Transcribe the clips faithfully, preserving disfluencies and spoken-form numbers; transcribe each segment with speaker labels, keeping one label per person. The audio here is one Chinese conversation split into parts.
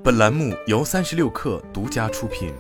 Speaker 1: 本栏目由三十六氪独家出品。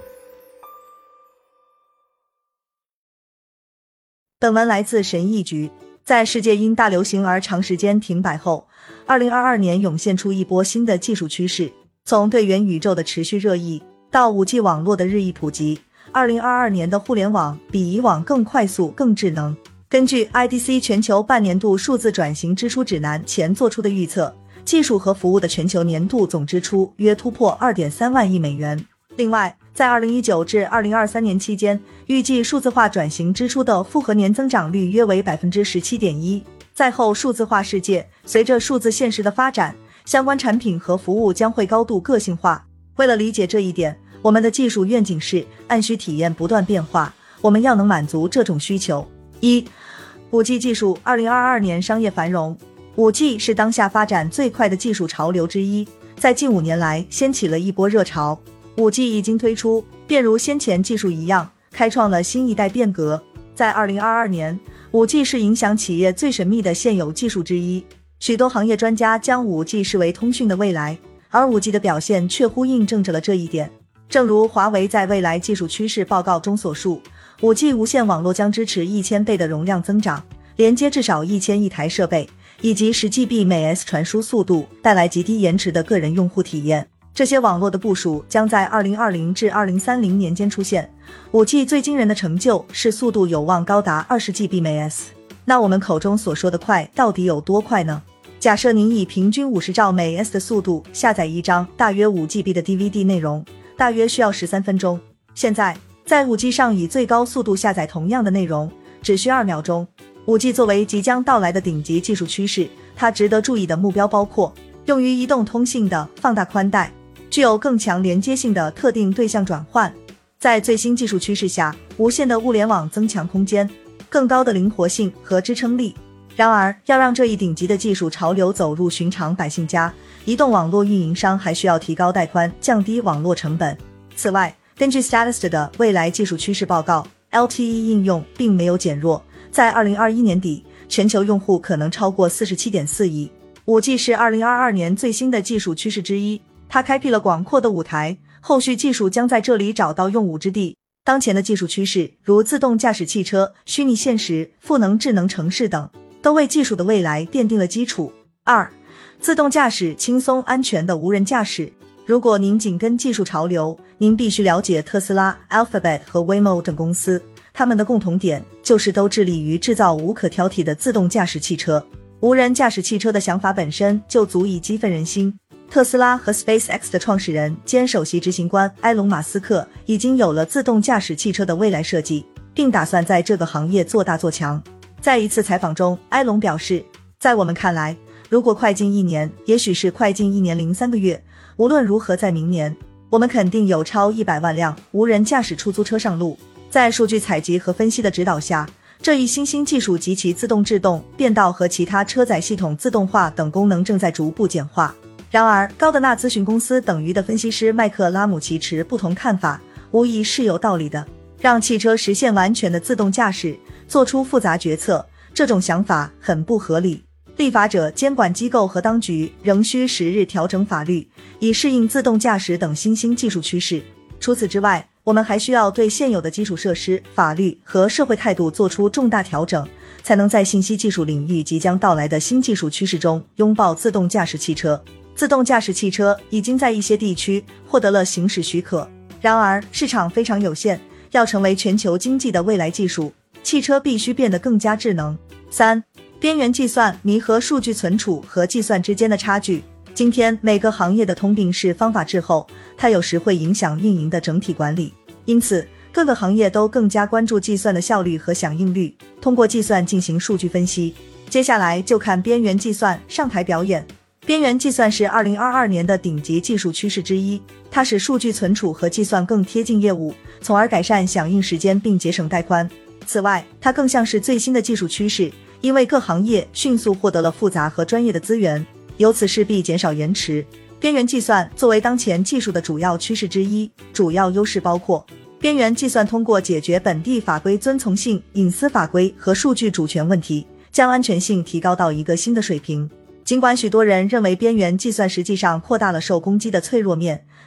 Speaker 2: 本文来自神译局。在世界因大流行而长时间停摆后，二零二二年涌现出一波新的技术趋势，从对元宇宙的持续热议到 五 G 网络的日益普及，二零二二年的互联网比以往更快速、更智能。根据 I D C 全球半年度数字转型支出指南前做出的预测，技术和服务的全球年度总支出约突破 二点三万亿美元。另外，在二零一九至二零二三年期间，预计数字化转型支出的复合年增长率约为 百分之十七点一。 在后数字化世界，随着数字现实的发展，相关产品和服务将会高度个性化。为了理解这一点，我们的技术愿景是按需体验不断变化，我们要能满足这种需求。一 五 G 技术二零二二年商业繁荣。 五 G 是当下发展最快的技术潮流之一，在近五年来掀起了一波热潮。 五 G 一经推出，便如先前技术一样，开创了新一代变革。在二零二二年， 五 G 是影响企业最神秘的现有技术之一，许多行业专家将 五 G 视为通讯的未来，而 五 G 的表现却呼应证着了这一点。正如华为在未来技术趋势报告中所述， 五 G 无线网络将支持一千倍的容量增长，连接至少一千亿台设备，以及 十 G B 每 S 传输速度，带来极低延迟的个人用户体验。这些网络的部署将在二零二零至二零三零年间出现。 五 G 最惊人的成就是速度有望高达 二十 G B 每 S。 那我们口中所说的快到底有多快呢？假设您以平均五十兆每 S 的速度下载一张大约 五 G B 的 D V D 内容，大约需要十三分钟。现在在 五 G 上以最高速度下载同样的内容只需二秒钟。 五 G 作为即将到来的顶级技术趋势，它值得注意的目标包括用于移动通信的放大宽带，具有更强连接性的特定对象转换。在最新技术趋势下，无线的物联网增强空间，更高的灵活性和支撑力。然而，要让这一顶级的技术潮流走入寻常百姓家，移动网络运营商还需要提高带宽，降低网络成本。此外，根据 Statista 的未来技术趋势报告， L T E 应用并没有减弱，在二零二一年底，全球用户可能超过 四十七点四亿。 五 G 是二零二二年最新的技术趋势之一，它开辟了广阔的舞台，后续技术将在这里找到用武之地。当前的技术趋势如自动驾驶汽车、虚拟现实、赋能智能城市等，都为技术的未来奠定了基础。二、自动驾驶轻松安全的无人驾驶。如果您紧跟技术潮流，您必须了解特斯拉、Alphabet 和 Waymo 等公司，他们的共同点就是都致力于制造无可挑剔的自动驾驶汽车。无人驾驶汽车的想法本身就足以激愤人心。特斯拉和 SpaceX 的创始人兼首席执行官埃隆·马斯克已经有了自动驾驶汽车的未来设计，并打算在这个行业做大做强。在一次采访中，埃隆表示，在我们看来，如果快进一年，也许是快进一年零三个月，无论如何在明年，我们肯定有超一百万辆无人驾驶出租车上路。在数据采集和分析的指导下，这一新兴技术及其自动制动、变道和其他车载系统自动化等功能正在逐步简化。然而，高德纳咨询公司等于的分析师麦克拉姆奇持不同看法，无疑是有道理的。让汽车实现完全的自动驾驶，做出复杂决策，这种想法很不合理。立法者、监管机构和当局仍需时日调整法律，以适应自动驾驶等新兴技术趋势。除此之外，我们还需要对现有的基础设施、法律和社会态度做出重大调整，才能在信息技术领域即将到来的新技术趋势中拥抱自动驾驶汽车。自动驾驶汽车已经在一些地区获得了行驶许可，然而市场非常有限，要成为全球经济的未来技术，汽车必须变得更加智能。三、边缘计算弥合数据存储和计算之间的差距。今天每个行业的通病是方法滞后，它有时会影响运营的整体管理，因此各个行业都更加关注计算的效率和响应率，通过计算进行数据分析。接下来就看边缘计算上台表演。边缘计算是二零二二年的顶级技术趋势之一，它使数据存储和计算更贴近业务，从而改善响应时间并节省带宽。此外，它更像是最新的技术趋势，因为各行业迅速获得了复杂和专业的资源，由此势必减少延迟。边缘计算作为当前技术的主要趋势之一，主要优势包括边缘计算通过解决本地法规遵从性、隐私法规和数据主权问题，将安全性提高到一个新的水平。尽管许多人认为边缘计算实际上扩大了受攻击的脆弱面，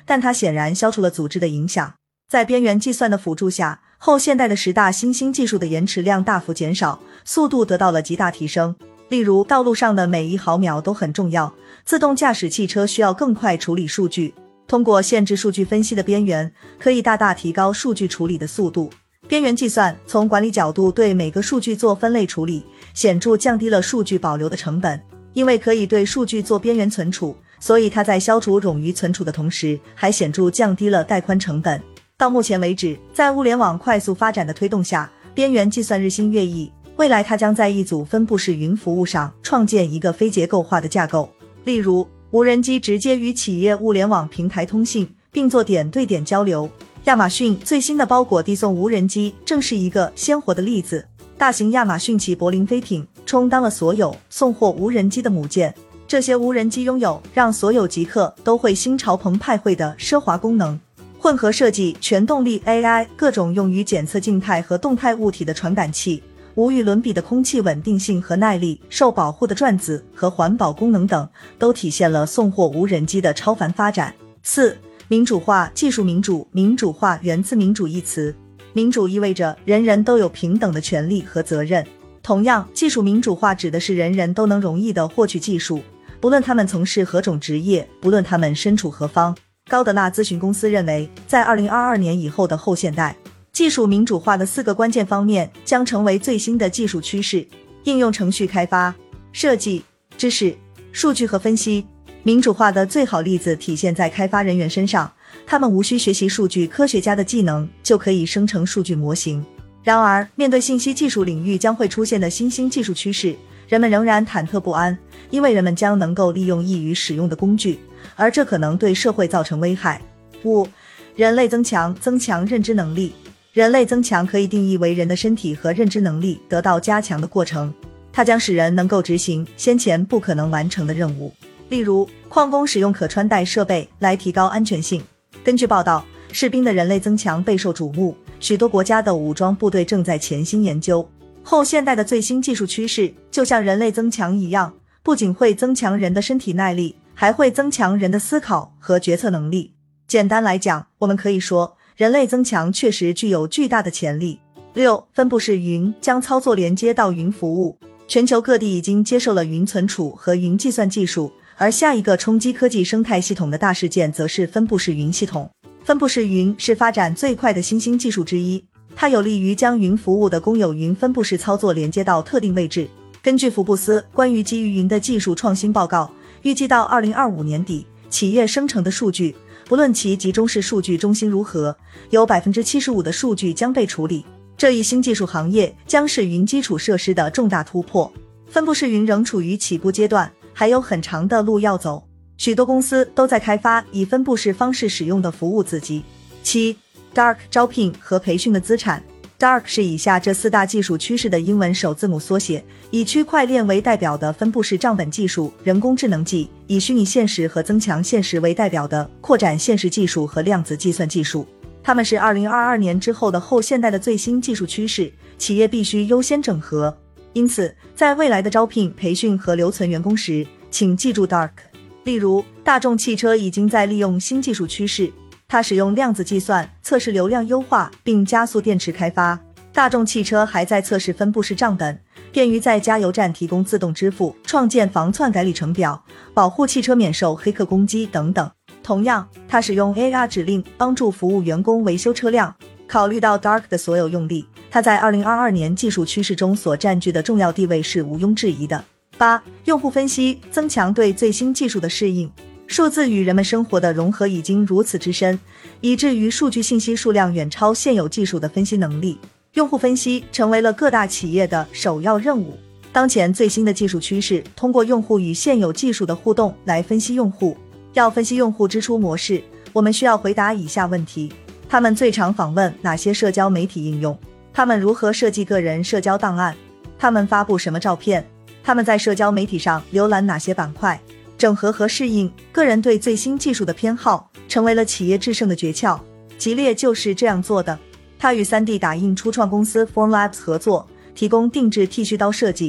Speaker 2: 但它显然消除了组织的影响。在边缘计算的辅助下，后现代的十大新兴技术的延迟量大幅减少，速度得到了极大提升。例如，道路上的每一毫秒都很重要，自动驾驶汽车需要更快处理数据。通过限制数据分析的边缘，可以大大提高数据处理的速度。边缘计算从管理角度对每个数据做分类处理，显著降低了数据保留的成本。因为可以对数据做边缘存储，所以它在消除冗余存储的同时，还显著降低了带宽成本。到目前为止，在物联网快速发展的推动下，边缘计算日新月异，未来它将在一组分布式云服务上创建一个非结构化的架构。例如，无人机直接与企业物联网平台通信，并做点对点交流。亚马逊最新的包裹递送无人机正是一个鲜活的例子。大型亚马逊旗柏林飞艇充当了所有送货无人机的母舰，这些无人机拥有让所有极客都会心潮澎湃会的奢华功能。混合设计、全动力 A I、各种用于检测静态和动态物体的传感器、无与伦比的空气稳定性和耐力、受保护的转子和环保功能等，都体现了送货无人机的超凡发展。四、民主化技术民主民主化源自民主一词。民主意味着人人都有平等的权利和责任。同样，技术民主化指的是人人都能容易地获取技术，不论他们从事何种职业，不论他们身处何方。高德纳咨询公司认为，在二零二二年以后的后现代，技术民主化的四个关键方面将成为最新的技术趋势：应用程序开发、设计、知识、数据和分析。民主化的最好例子体现在开发人员身上，他们无需学习数据科学家的技能，就可以生成数据模型。然而，面对信息技术领域将会出现的新兴技术趋势，人们仍然忐忑不安，因为人们将能够利用易于使用的工具，而这可能对社会造成危害。五、人类增强增强认知能力。人类增强可以定义为人的身体和认知能力得到加强的过程，它将使人能够执行先前不可能完成的任务。例如，矿工使用可穿戴设备来提高安全性。根据报道，士兵的人类增强备受瞩目，许多国家的武装部队正在潜心研究。后现代的最新技术趋势就像人类增强一样，不仅会增强人的身体耐力，还会增强人的思考和决策能力。简单来讲，我们可以说，人类增强确实具有巨大的潜力。六、分布式云将操作连接到云服务。全球各地已经接受了云存储和云计算技术，而下一个冲击科技生态系统的大事件则是分布式云系统。分布式云是发展最快的新兴技术之一，它有利于将云服务的公有云分布式操作连接到特定位置。根据福布斯关于基于云的技术创新报告，预计到二零二五年底，企业生成的数据，不论其集中式数据中心如何，有 百分之七十五 的数据将被处理。这一新技术行业将是云基础设施的重大突破。分布式云仍处于起步阶段，还有很长的路要走。许多公司都在开发以分布式方式使用的服务子集。七、Dark 招聘和培训的资产。 Dark 是以下这四大技术趋势的英文首字母缩写，以区块链为代表的分布式账本技术、人工智能技，以虚拟现实和增强现实为代表的扩展现实技术和量子计算技术。它们是二零二二年之后的后现代的最新技术趋势，企业必须优先整合。因此，在未来的招聘、培训和留存员工时，请记住 Dark。 例如，大众汽车已经在利用新技术趋势，它使用量子计算测试流量优化并加速电池开发。大众汽车还在测试分布式账本，便于在加油站提供自动支付，创建防篡改里程表，保护汽车免受黑客攻击等等。同样，它使用 A R 指令帮助服务员工维修车辆。考虑到 Dark 的所有用例，它在二零二二年技术趋势中所占据的重要地位是毋庸置疑的。八、用户分析增强对最新技术的适应。数字与人们生活的融合已经如此之深，以至于数据信息数量远超现有技术的分析能力。用户分析成为了各大企业的首要任务。当前最新的技术趋势通过用户与现有技术的互动来分析用户。要分析用户支出模式，我们需要回答以下问题：他们最常访问哪些社交媒体应用？他们如何设计个人社交档案？他们发布什么照片？他们在社交媒体上浏览哪些板块？整合和适应个人对最新技术的偏好，成为了企业制胜的诀窍。吉列就是这样做的。他与 三 D 打印初创公司 Formlabs 合作，提供定制剃须刀设计。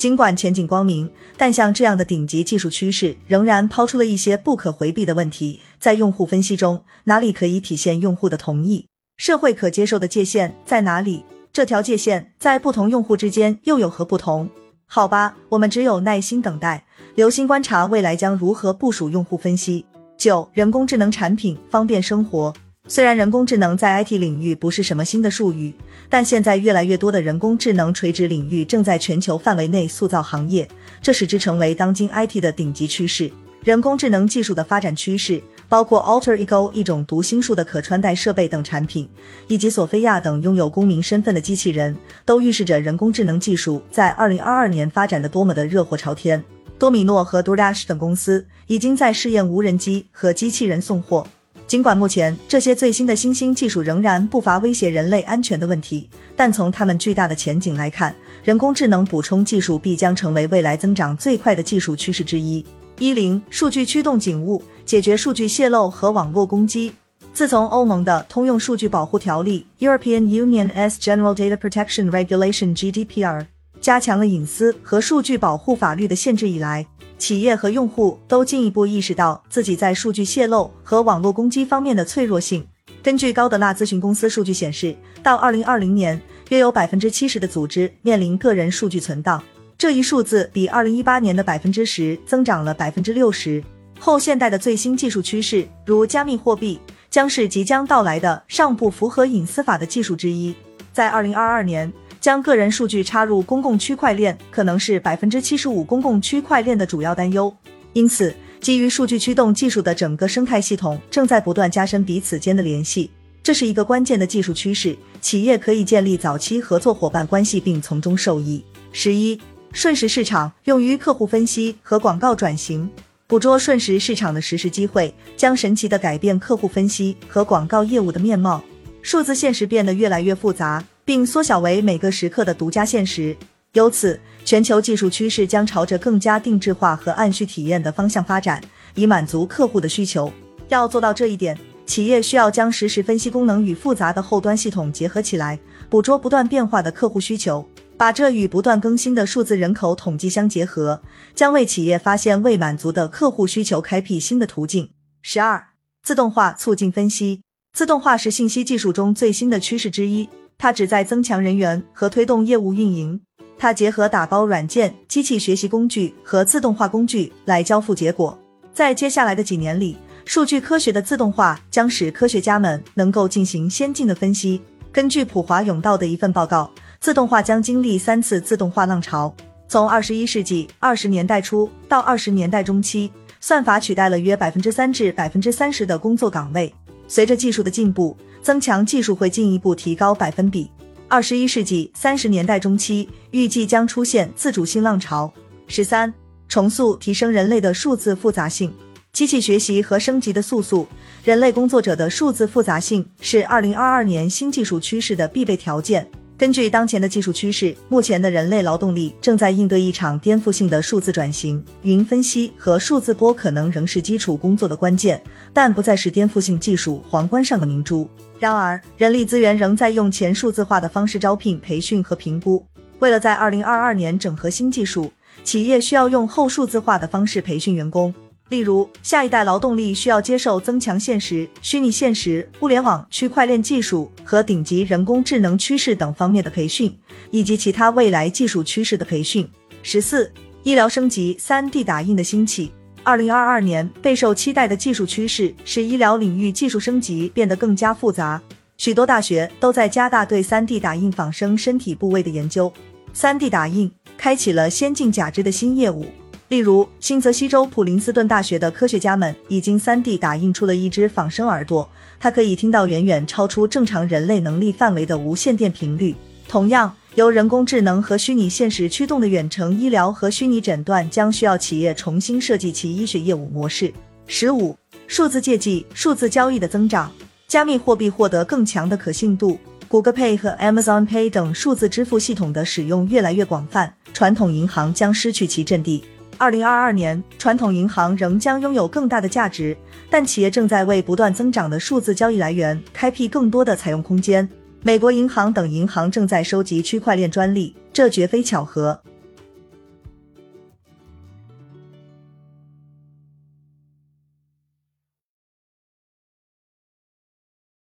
Speaker 2: 尽管前景光明，但像这样的顶级技术趋势仍然抛出了一些不可回避的问题。在用户分析中，哪里可以体现用户的同意？社会可接受的界限在哪里？这条界限在不同用户之间又有何不同？好吧，我们只有耐心等待，留心观察未来将如何部署用户分析。九、人工智能产品方便生活。虽然人工智能在 I T 领域不是什么新的术语，但现在越来越多的人工智能垂直领域正在全球范围内塑造行业，这使之成为当今 I T 的顶级趋势。人工智能技术的发展趋势包括 Alter Ego 一种读心术的可穿戴设备等产品，以及索菲亚等拥有公民身份的机器人，都预示着人工智能技术在二零二二年发展的多么的热火朝天。多米诺和 DoorDash 等公司已经在试验无人机和机器人送货。尽管目前这些最新的新兴技术仍然不乏威胁人类安全的问题，但从它们巨大的前景来看，人工智能补充技术必将成为未来增长最快的技术趋势之一。一零、数据驱动警务，解决数据泄露和网络攻击。自从欧盟的通用数据保护条例 European Union's General Data Protection Regulation G D P R 加强了隐私和数据保护法律的限制以来，企业和用户都进一步意识到自己在数据泄露和网络攻击方面的脆弱性。根据高德纳咨询公司数据显示，到二零二零年，约有 百分之七十 的组织面临个人数据存档，这一数字比二零一八年的 百分之十 增长了 百分之六十。后现代的最新技术趋势，如加密货币，将是即将到来的尚不符合隐私法的技术之一。在二零二二年，将个人数据插入公共区块链可能是 百分之七十五 公共区块链的主要担忧。因此，基于数据驱动技术的整个生态系统正在不断加深彼此间的联系，这是一个关键的技术趋势，企业可以建立早期合作伙伴关系并从中受益。十一、瞬时市场用于客户分析和广告转型。捕捉瞬时市场的实时机会，将神奇地改变客户分析和广告业务的面貌。数字现实变得越来越复杂，并缩小为每个时刻的独家现实。由此，全球技术趋势将朝着更加定制化和按需体验的方向发展，以满足客户的需求。要做到这一点，企业需要将实时分析功能与复杂的后端系统结合起来，捕捉不断变化的客户需求，把这与不断更新的数字人口统计相结合，将为企业发现未满足的客户需求开辟新的途径。十二、自动化促进分析。自动化是信息技术中最新的趋势之一，它旨在增强人员和推动业务运营。它结合打包软件、机器学习工具和自动化工具来交付结果。在接下来的几年里，数据科学的自动化将使科学家们能够进行先进的分析。根据普华永道的一份报告，自动化将经历三次自动化浪潮。从二十一世纪二十年代初到二十年代中期，算法取代了约 百分之三 至 百分之三十 的工作岗位。随着技术的进步，增强技术会进一步提高百分比。二十一世纪三十年代中期，预计将出现自主性浪潮。十三、重塑提升人类的数字复杂性。机器学习和升级的速速，人类工作者的数字复杂性是二零二二年新技术趋势的必备条件。根据当前的技术趋势，目前的人类劳动力正在应对一场颠覆性的数字转型，云分析和数字波可能仍是基础工作的关键，但不再是颠覆性技术皇冠上的明珠。然而，人力资源仍在用前数字化的方式招聘、培训和评估。为了在二零二二年整合新技术，企业需要用后数字化的方式培训员工。例如，下一代劳动力需要接受增强现实、虚拟现实、物联网、区块链技术和顶级人工智能趋势等方面的培训，以及其他未来技术趋势的培训。十四、医疗升级 三 D 打印的兴起。二零二二年备受期待的技术趋势是医疗领域技术升级变得更加复杂，许多大学都在加大对 三 D 打印仿生身体部位的研究。三 D 打印开启了先进假肢的新业务。例如，新泽西州普林斯顿大学的科学家们已经 三 D 打印出了一只仿生耳朵，它可以听到远远超出正常人类能力范围的无线电频率。同样，由人工智能和虚拟现实驱动的远程医疗和虚拟诊断将需要企业重新设计其医学业务模式。十五、数字借记、数字交易的增长。加密货币获得更强的可信度，谷歌 Pay 和 Amazon Pay 等数字支付系统的使用越来越广泛，传统银行将失去其阵地。二零二二年，传统银行仍将拥有更大的价值，但企业正在为不断增长的数字交易来源开辟更多的采用空间。美国银行等银行正在收集区块链专利，这绝非巧合。